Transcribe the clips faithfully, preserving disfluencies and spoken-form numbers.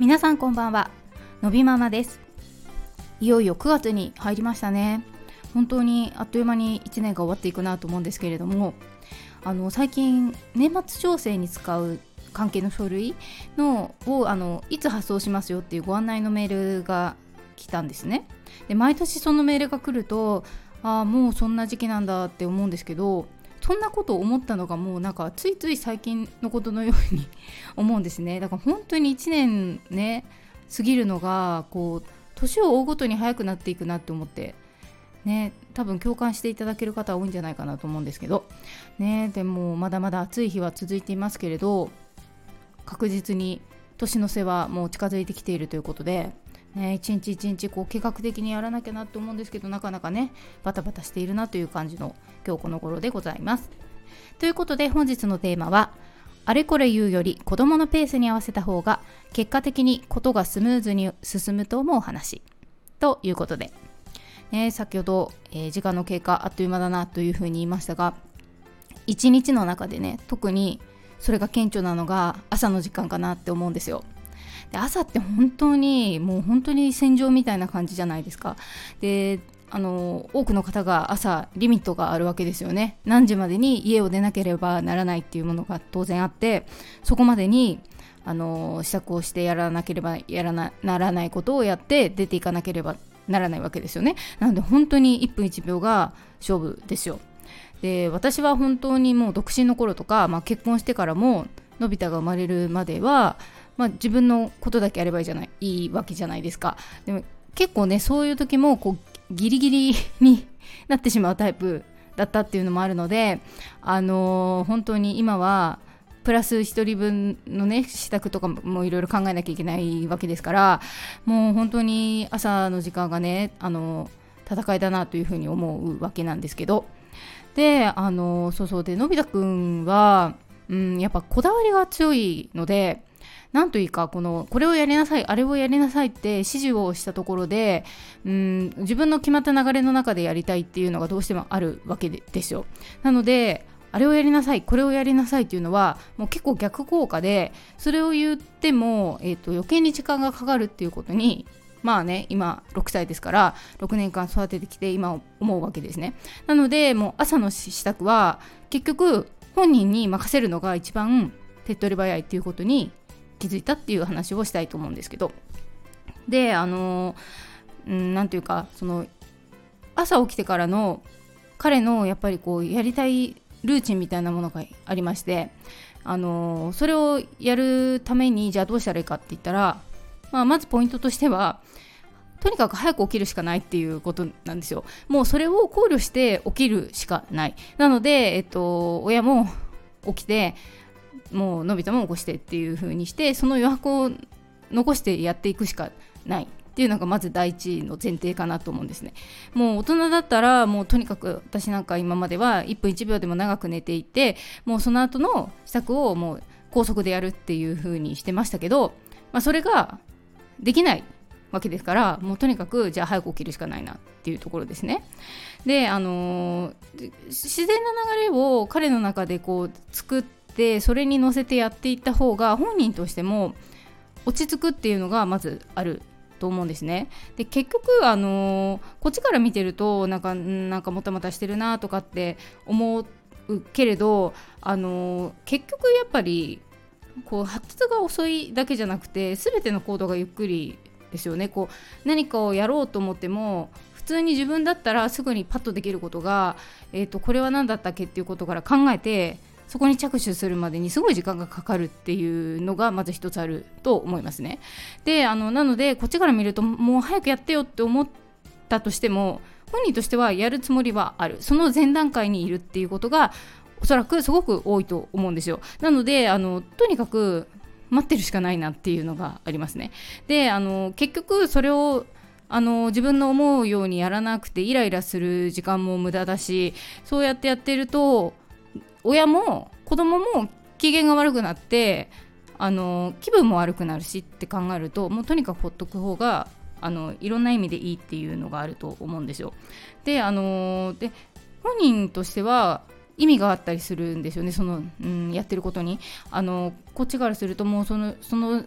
皆さんこんばんは、のびママです。いよいよくがつに入りましたね。本当にあっという間にいちねんが終わっていくなと思うんですけれども、あの最近年末調整に使う関係の書類のをあのいつ発送しますよっていうご案内のメールが来たんですね。で毎年そのメールが来ると、ああもうそんな時期なんだって思うんですけど、そんなことを思ったのがもうなんかついつい最近のことのように思うんですね。だから本当にいちねんね過ぎるのがこう年を追うごとに早くなっていくなって思ってね、多分共感していただける方は多いんじゃないかなと思うんですけどね。でもまだまだ暑い日は続いていますけれど、確実に年の瀬はもう近づいてきているということでね、一日一日こう計画的にやらなきゃなと思うんですけど、なかなかねバタバタしているなという感じの今日この頃でございます。ということで本日のテーマは、あれこれ言うより子供のペースに合わせた方が結果的にことがスムーズに進むと思う話ということで、ね、先ほど、えー、時間の経過あっという間だなというふうに言いましたが、一日の中でね特にそれが顕著なのが朝の時間かなって思うんですよ。で朝って本当にもう本当に戦場みたいな感じじゃないですか。であの多くの方が朝リミットがあるわけですよね。何時までに家を出なければならないっていうものが当然あって、そこまでにあの支度をしてやらなければやらな、ならないことをやって出ていかなければならないわけですよね。なので本当にいっぷんいちびょうが勝負ですよ。で私は本当にもう独身の頃とか、まあ、結婚してからものび太が生まれるまではまあ、自分のことだけやればいいじゃないいいわけじゃないですか。でも結構ねそういう時もこうギリギリになってしまうタイプだったっていうのもあるので、あのー、本当に今はプラスひとりぶんのね支度とかもいろいろ考えなきゃいけないわけですから、もう本当に朝の時間がね、あのー、戦いだなというふうに思うわけなんですけど、であのー、そうそうでのび太くんは、うん、やっぱこだわりが強いので、なんというかこのこれをやりなさいあれをやりなさいって指示をしたところで、うん、自分の決まった流れの中でやりたいっていうのがどうしてもあるわけですよ。なのであれをやりなさいこれをやりなさいっていうのはもう結構逆効果で、それを言っても、えーと、余計に時間がかかるっていうことにまあね今ろくさいですからろくねんかん育ててきて今思うわけですね。なのでもう朝の支度は結局本人に任せるのが一番手っ取り早いっていうことに気づいたっていう話をしたいと思うんですけど、であのうんなんていうかその朝起きてからの彼のやっぱりこうやりたいルーチンみたいなものがありまして、あのそれをやるためにじゃあどうしたらいいかって言ったら、まあ、まずポイントとしてはとにかく早く起きるしかないっていうことなんですよ。もうそれを考慮して起きるしかない。なので、えっと、親も起きてもうのび太も起こしてっていう風にして、その余白を残してやっていくしかないっていうのがまず第一の前提かなと思うんですね。もう大人だったらもうとにかく私なんか今まではいっぷんいちびょうでも長く寝ていて、もうその後の支度をもう高速でやるっていう風にしてましたけど、まあ、それができないわけですから、もうとにかくじゃあ早く起きるしかないなっていうところですね。であのー、自然な流れを彼の中でこう作ってでそれに乗せてやっていった方が本人としても落ち着くっていうのがまずあると思うんですね。で結局、あのー、こっちから見てるとなんかなんかもたもたしてるなとかって思うけれど、あのー、結局やっぱりこう発達が遅いだけじゃなくて全ての行動がゆっくりですよね。こう何かをやろうと思っても普通に自分だったらすぐにパッとできることが、えーと、これは何だったっけっていうことから考えてそこに着手するまでにすごい時間がかかるっていうのがまず一つあると思いますね。であのなのでこっちから見るともう早くやってよって思ったとしても本人としてはやるつもりはある、その前段階にいるっていうことがおそらくすごく多いと思うんですよ。なのであのとにかく待ってるしかないなっていうのがありますね。であの結局それをあの自分の思うようにやらなくてイライラする時間も無駄だし、そうやってやってると親も子供も機嫌が悪くなってあの気分も悪くなるしって考えると、もうとにかくほっとく方があのいろんな意味でいいっていうのがあると思うんですよ。であので本人としては意味があったりするんですよね、その、うん、やってることに。あのこっちからするともうそのその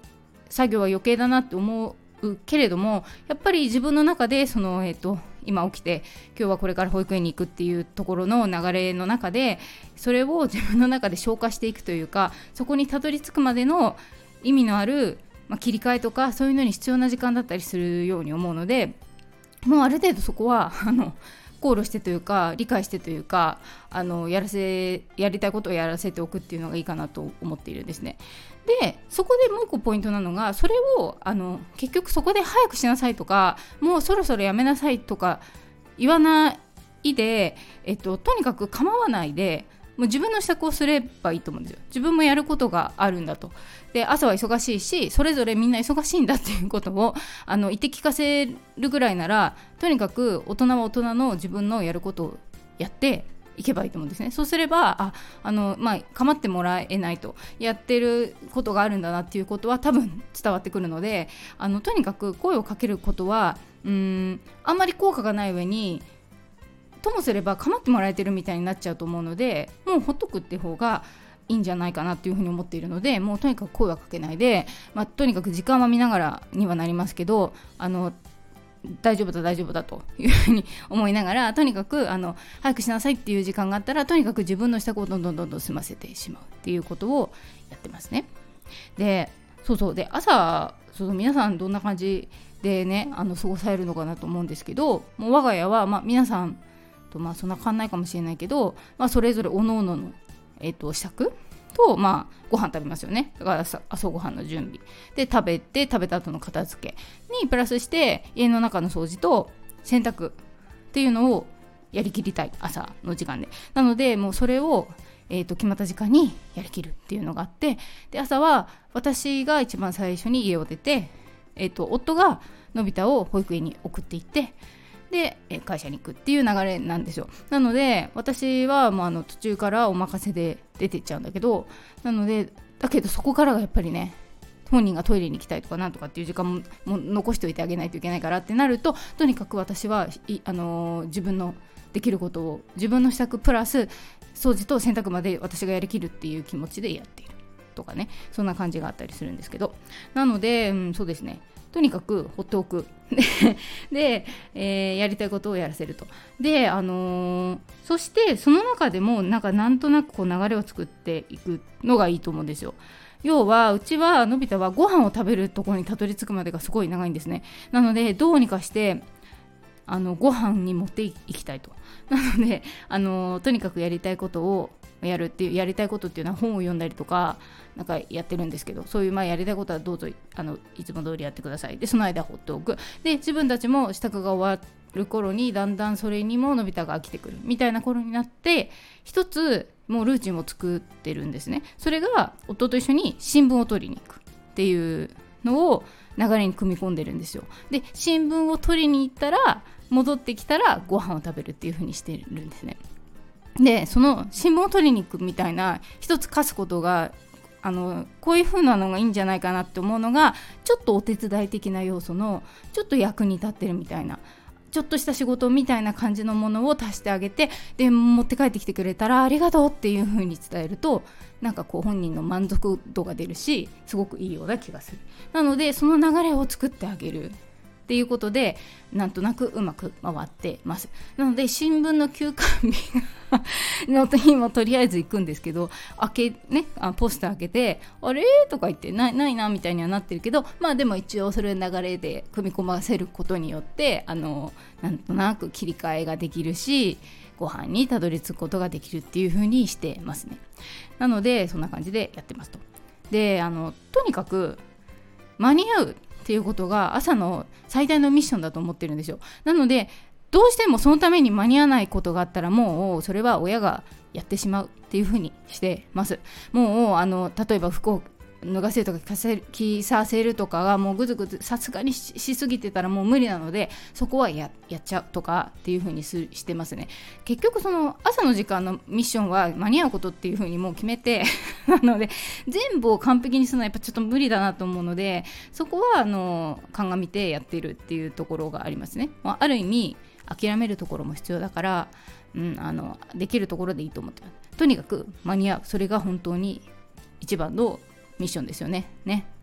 作業は余計だなって思うけれども、やっぱり自分の中でその、えーと、今起きて今日はこれから保育園に行くっていうところの流れの中で、それを自分の中で消化していくというか、そこにたどり着くまでの意味のある、まあ、切り替えとかそういうのに必要な時間だったりするように思うので、もうある程度そこはあの考慮してというか理解してというか、あのやらせやりたいことをやらせておくっていうのがいいかなと思っているんですね。でそこでもう一個ポイントなのが、それをあの結局そこで早くしなさいとか、もうそろそろやめなさいとか言わないで、えっと、とにかく構わないで、もう自分の支度をすればいいと思うんですよ。自分もやることがあるんだと。で朝は忙しいし、それぞれみんな忙しいんだっていうことをあの言って聞かせるぐらいなら、とにかく大人は大人の自分のやることをやっていけばいいと思うんですね。そうすればああの、まあ、構ってもらえないと、やってることがあるんだなっていうことは多分伝わってくるので、あのとにかく声をかけることはうーんあんまり効果がない上に、ともすれば構ってもらえてるみたいになっちゃうと思うので、もうほっとくって方がいいんじゃないかなっていうふうに思っているので、もうとにかく声はかけないで、まあ、とにかく時間は見ながらにはなりますけど、あの大丈夫だ大丈夫だというふうに思いながら、とにかくあの早くしなさいっていう時間があったら、とにかく自分の支度をどんどんどんどん済ませてしまうっていうことをやってますね。でそうそうで朝そうそう皆さんどんな感じでねあの過ごされるのかなと思うんですけど、もう我が家は、まあ、皆さんとまあそんな変わんないかもしれないけど、まあ、それぞれおのおのの、えー、と支度と、まあ、ご飯食べますよね。だから朝ご飯の準備で食べて、食べた後の片付けにプラスして家の中の掃除と洗濯っていうのをやりきりたい、朝の時間で。なのでもうそれを、えー、と決まった時間にやりきるっていうのがあって、で朝は私が一番最初に家を出て、えー、と夫がのび太を保育園に送っていって、で会社に行くっていう流れなんですよ。なので私はもうあの途中からお任せで出てっちゃうんだけど、なのでだけどそこからがやっぱりね、本人がトイレに行きたいとかなんとかっていう時間もも残しておいてあげないといけないからってなると、とにかく私はいあのー、自分のできることを自分の支度プラス掃除と洗濯まで私がやりきるっていう気持ちでやっているとかね、そんな感じがあったりするんですけど、なので、うん、そうですね、とにかく放っておくで、えー、やりたいことをやらせると。で、あのー、そしてその中でもなんかなんとなくこう流れを作っていくのがいいと思うんですよ。要はうちはのび太はご飯を食べるところにたどり着くまでがすごい長いんですね。なのでどうにかしてあのご飯に持っていきたいと。なので、あのー、とにかくやりたいことをやるっていう、やりたいことっていうのは本を読んだりとかなんかやってるんですけど、そういうまあやりたいことはどうぞあのいつも通りやってください。でその間放っておく。で自分たちも支度が終わる頃にだんだんそれにものび太が飽きてくるみたいな頃になって、一つもうルーチンを作ってるんですね。それが夫と一緒に新聞を取りに行くっていうのを流れに組み込んでるんですよ。で新聞を取りに行ったら戻ってきたらご飯を食べるっていう風にしてるんですね。でその新聞を取りに行くみたいな一つ課すことがあのこういう風なのがいいんじゃないかなって思うのが、ちょっとお手伝い的な要素のちょっと役に立ってるみたいな、ちょっとした仕事みたいな感じのものを足してあげて、で持って帰ってきてくれたらありがとうっていう風に伝えると、なんかこう本人の満足度が出るし、すごくいいような気がする。なのでその流れを作ってあげるっていうことでなんとなくうまく回ってます。なので新聞の休刊日の日もとりあえず行くんですけど、開けねあポスター開けてあれとか言ってないないなみたいにはなってるけど、まあでも一応それ流れで組み込ませることによってあのなんとなく切り替えができるし、ご飯にたどり着くことができるっていう風にしてますね。なのでそんな感じでやってますと。であのとにかく間に合うっていうことが朝の最大のミッションだと思ってるんですよ。なのでどうしてもそのために間に合わないことがあったら、もうそれは親がやってしまうっていう風にしてます。もうあの例えば服を脱がせるとか着させるとかがもうぐずぐずさすがに し, しすぎてたらもう無理なので、そこは や, やっちゃうとかっていう風にすしてますね。結局その朝の時間のミッションは間に合うことっていう風にもう決めてなので全部を完璧にするのはやっぱちょっと無理だなと思うので、そこはあの鑑みてやってるっていうところがありますね。ある意味諦めるところも必要だから、うん、あのできるところでいいと思ってます。とにかく間に合う、それが本当に一番のミッションですよね。ね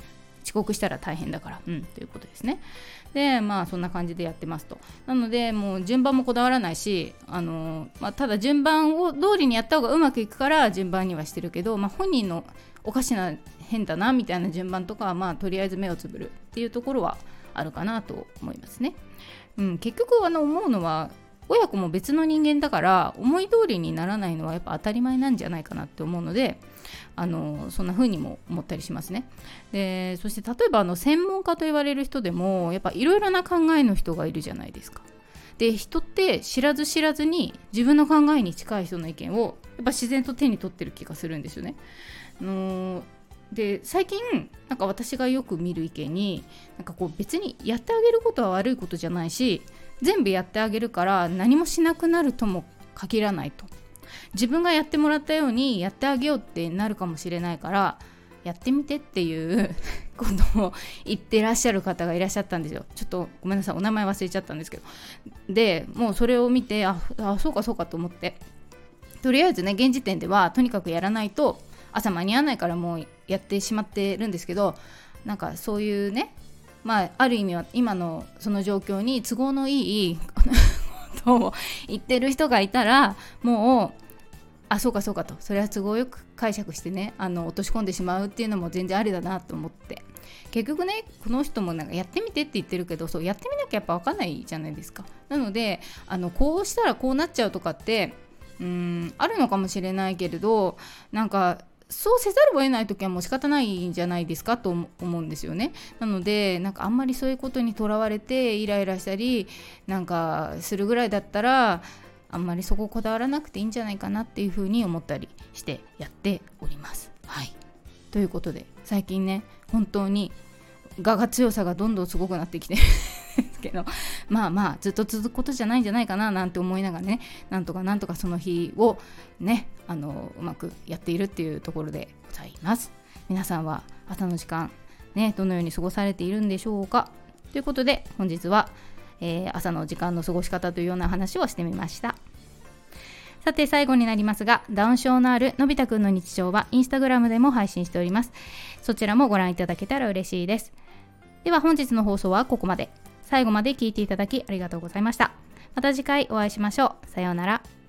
遅刻したら大変だから、うん、ということですね。でまあそんな感じでやってますと。なのでもう順番もこだわらないし、あの、まあ、ただ順番を通りにやった方がうまくいくから順番にはしてるけど、まあ、本人のおかしな変だなみたいな順番とかはまあとりあえず目をつぶるっていうところはあるかなと思いますね。うん、結局あの思うのは親子も別の人間だから思い通りにならないのはやっぱ当たり前なんじゃないかなって思うので、あのそんな風にも思ったりしますね。でそして例えばあの専門家と言われる人でもやっぱいろいろな考えの人がいるじゃないですか。で人って知らず知らずに自分の考えに近い人の意見をやっぱ自然と手に取ってる気がするんですよね。あので最近なんか私がよく見る意見になんかこう別にやってあげることは悪いことじゃないし、全部やってあげるから何もしなくなるとも限らないと。自分がやってもらったようにやってあげようってなるかもしれないからやってみてっていうことを言ってらっしゃる方がいらっしゃったんですよ。ちょっとごめんなさい、お名前忘れちゃったんですけど、でもうそれを見てああそうかそうかと思って、とりあえずね現時点ではとにかくやらないと朝間に合わないからもうやってしまってるんですけど、なんかそういうね、まあある意味は今のその状況に都合のいいことを言ってる人がいたらもうあそうかそうかと、それは都合よく解釈してねあの落とし込んでしまうっていうのも全然ありだなと思って、結局ねこの人もなんかやってみてって言ってるけど、そうやってみなきゃやっぱ分かんないじゃないですか。なのであのこうしたらこうなっちゃうとかってうーんあるのかもしれないけれど、なんかそうせざるを得ないときはもう仕方ないんじゃないですかと思うんですよね。なのでなんかあんまりそういうことにとらわれてイライラしたりなんかするぐらいだったらあんまりそここだわらなくていいんじゃないかなっていうふうに思ったりしてやっております。はい。ということで最近ね本当に我が強さがどんどんすごくなってきてるんですけど、まあまあずっと続くことじゃないんじゃないかななんて思いながらね、なんとかなんとかその日をねあのうまくやっているっていうところでございます。皆さんは朝の時間ねどのように過ごされているんでしょうか。ということで本日はえー、朝の時間の過ごし方というような話をしてみました。さて最後になりますが、ダウン症のあるのび太くんの日常はインスタグラムでも配信しております。そちらもご覧いただけたら嬉しいです。では本日の放送はここまで。最後まで聞いていただきありがとうございました。また次回お会いしましょう。さようなら。